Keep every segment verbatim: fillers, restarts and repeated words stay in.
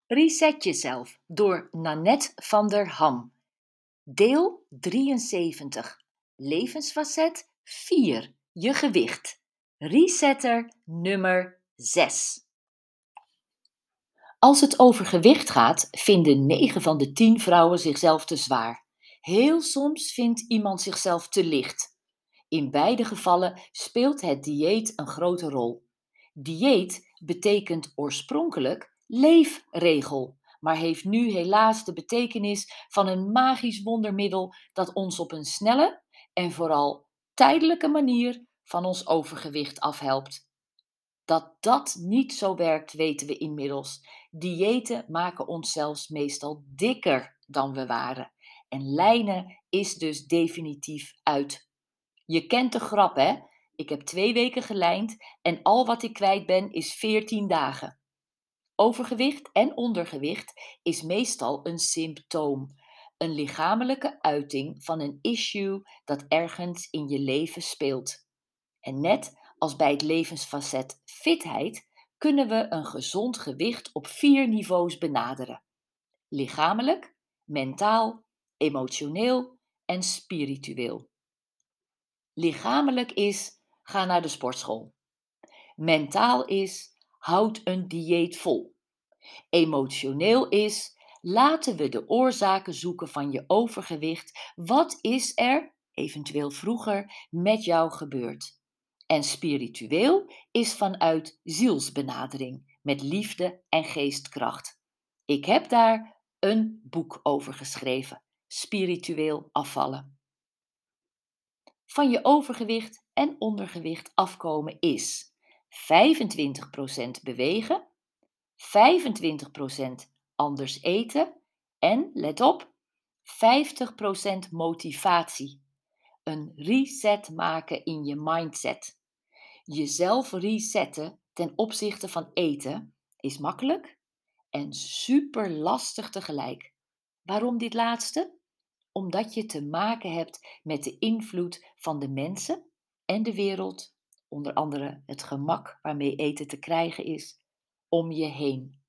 Reset jezelf door Nanette van der Ham. Deel drieënzeventig. Levensfacet vier. Je gewicht. Resetter nummer zes. Als het over gewicht gaat, vinden negen van de tien vrouwen zichzelf te zwaar. Heel soms vindt iemand zichzelf te licht. In beide gevallen speelt het dieet een grote rol. Dieet betekent oorspronkelijk leefregel, maar heeft nu helaas de betekenis van een magisch wondermiddel dat ons op een snelle en vooral tijdelijke manier van ons overgewicht afhelpt. Dat dat niet zo werkt, weten we inmiddels. Diëten maken ons zelfs meestal dikker dan we waren. En lijnen is dus definitief uit. Je kent de grap, hè? Ik heb twee weken gelijnd en al wat ik kwijt ben is veertien dagen. Overgewicht en ondergewicht is meestal een symptoom. Een lichamelijke uiting van een issue dat ergens in je leven speelt. En net als bij het levensfacet fitheid kunnen we een gezond gewicht op vier niveaus benaderen: lichamelijk, mentaal, emotioneel en spiritueel. Lichamelijk is: ga naar de sportschool. Mentaal is: houd een dieet vol. Emotioneel is: laten we de oorzaken zoeken van je overgewicht. Wat is er, eventueel vroeger, met jou gebeurd? En spiritueel is vanuit zielsbenadering, met liefde en geestkracht. Ik heb daar een boek over geschreven: Spiritueel afvallen. Van je overgewicht en ondergewicht afkomen is vijfentwintig procent bewegen, vijfentwintig procent anders eten en, let op, vijftig procent motivatie. Een reset maken in je mindset. Jezelf resetten ten opzichte van eten is makkelijk en super lastig tegelijk. Waarom dit laatste? Omdat je te maken hebt met de invloed van de mensen en de wereld, onder andere het gemak waarmee eten te krijgen is, om je heen.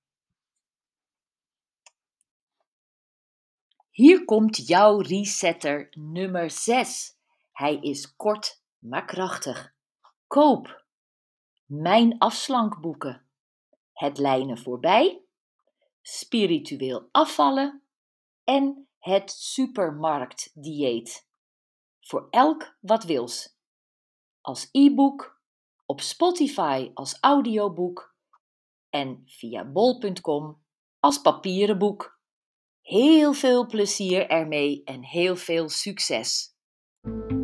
Hier komt jouw resetter nummer zes. Hij is kort maar krachtig. Koop Mijn afslankboeken. Het lijnen voorbij, spiritueel afvallen en het supermarktdieet. Voor elk wat wils. Als e-book, op Spotify als audioboek en via bol punt com als papieren boek. Heel veel plezier ermee en heel veel succes!